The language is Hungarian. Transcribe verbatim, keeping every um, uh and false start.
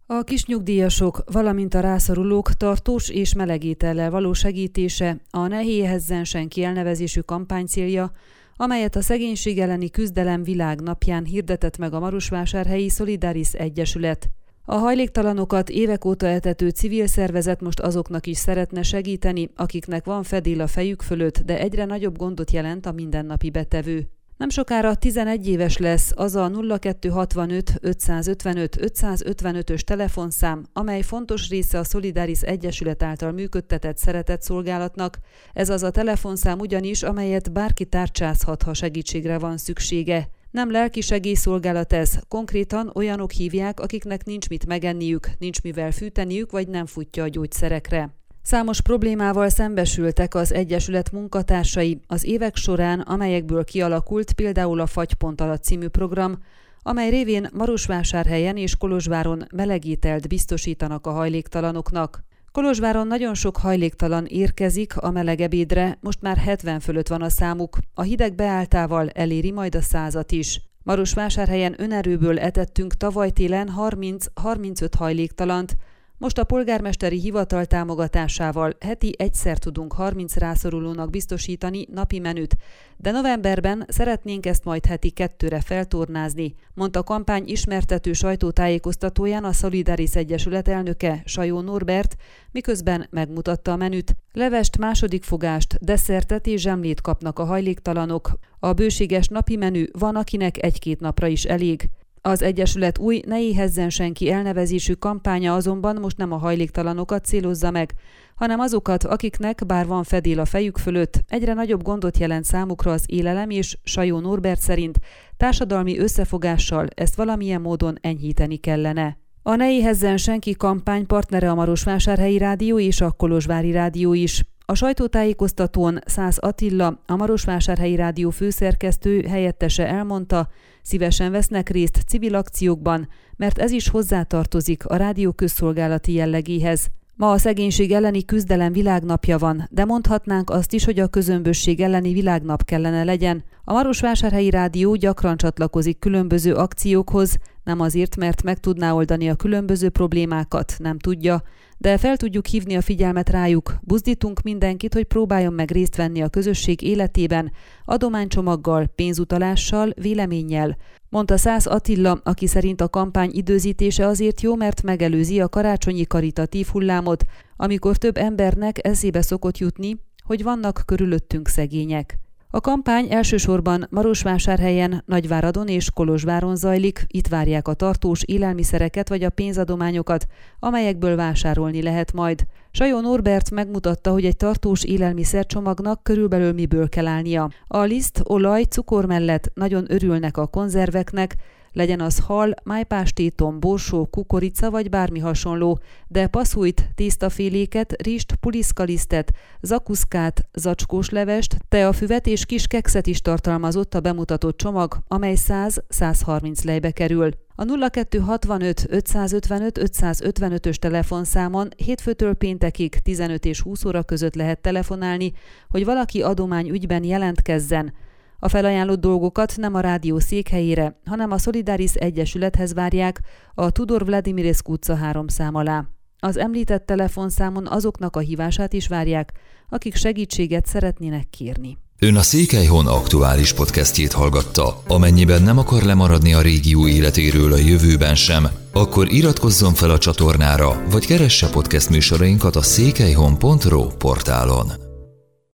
A kisnyugdíjasok, valamint a rászorulók tartós és melegétellel való segítése a Ne éhezzen senki elnevezésű kampány célja, amelyet a szegénység elleni küzdelem világnapján hirdetett meg a Marosvásárhelyi Solidaris Egyesület. A hajléktalanokat évek óta etető civil szervezet most azoknak is szeretne segíteni, akiknek van fedél a fejük fölött, de egyre nagyobb gondot jelent a mindennapi betevő. Nem sokára tizenegy éves lesz az a nulla kettő hatvanöt ötszázötvenöt ötszázötvenötös telefonszám, amely fontos része a Solidaris Egyesület által működtetett szeretetszolgálatnak. Ez az a telefonszám ugyanis, amelyet bárki tárcsázhat, ha segítségre van szüksége. Nem lelki segélyszolgálat ez, konkrétan olyanok hívják, akiknek nincs mit megenniük, nincs mivel fűteniük, vagy nem futja a gyógyszerekre. Számos problémával szembesültek az Egyesület munkatársai az évek során, amelyekből kialakult például a Fagypont alatt című program, amely révén Marosvásárhelyen és Kolozsváron melegételt biztosítanak a hajléktalanoknak. Kolozsváron nagyon sok hajléktalan érkezik a meleg ebédre, most már hetven fölött van a számuk, a hideg beálltával eléri majd a százat is. Marosvásárhelyen önerőből etettünk tavaly télen harminc-harmincöt hajléktalant, most a polgármesteri hivatal támogatásával heti egyszer tudunk harminc rászorulónak biztosítani napi menüt, de novemberben szeretnénk ezt majd heti kettőre feltornázni, mondta a kampány ismertető sajtótájékoztatóján a Solidaris Egyesület elnöke, Sajó Norbert, miközben megmutatta a menüt. Levest, második fogást, desszertet és zsemlét kapnak a hajléktalanok. A bőséges napi menü van, akinek egy-két napra is elég. Az Egyesület új Ne éhezzen senki elnevezésű kampánya azonban most nem a hajléktalanokat célozza meg, hanem azokat, akiknek bár van fedél a fejük fölött, egyre nagyobb gondot jelent számukra az élelem, és Sajó Norbert szerint társadalmi összefogással ezt valamilyen módon enyhíteni kellene. A Ne éhezzen senki kampány partnere a Marosvásárhelyi Rádió és a Kolozsvári Rádió is. A sajtótájékoztatón Szász Attila, a Marosvásárhelyi Rádió főszerkesztő helyettese elmondta, szívesen vesznek részt civil akciókban, mert ez is hozzátartozik a rádió közszolgálati jellegéhez. Ma a szegénység elleni küzdelem világnapja van, de mondhatnánk azt is, hogy a közömbösség elleni világnap kellene legyen. A Marosvásárhelyi Rádió gyakran csatlakozik különböző akciókhoz, nem azért, mert meg tudná oldani a különböző problémákat, nem tudja, de fel tudjuk hívni a figyelmet rájuk, buzdítunk mindenkit, hogy próbáljon meg részt venni a közösség életében, adománycsomaggal, pénzutalással, véleménnyel, mondta Szász Attila, aki szerint a kampány időzítése azért jó, mert megelőzi a karácsonyi karitatív hullámot, amikor több embernek eszébe szokott jutni, hogy vannak körülöttünk szegények. A kampány elsősorban Marosvásárhelyen, Nagyváradon és Kolozsváron zajlik, itt várják a tartós élelmiszereket vagy a pénzadományokat, amelyekből vásárolni lehet majd. Sajó Norbert megmutatta, hogy egy tartós élelmiszercsomagnak körülbelül miből kell állnia. A liszt, olaj, cukor mellett nagyon örülnek a konzerveknek, legyen az hal, májpástétom, borsó, kukorica vagy bármi hasonló, de passzújt, tésztaféléket, rist, puliszkalisztet, zakuszkát, zacskós levest, teafüvet és kis kekszet is tartalmazott a bemutatott csomag, amely száz-százharminc lejbe kerül. A nulla kettő hatvanöt ötszázötvenöt ötszázötvenötös telefonszámon hétfőtől péntekig tizenöt és húsz óra között lehet telefonálni, hogy valaki adományügyben jelentkezzen. A felajánlott dolgokat nem a rádió székhelyére, hanem a Solidaris Egyesülethez várják a Tudor Vladimirescu utca három szám alá. Az említett telefonszámon azoknak a hívását is várják, akik segítséget szeretnének kérni. Ön a Székelyhon aktuális podcastjét hallgatta. Amennyiben nem akar lemaradni a régió életéről a jövőben sem, akkor iratkozzon fel a csatornára, vagy keresse podcast műsorainkat a székelyhon pont ro portálon.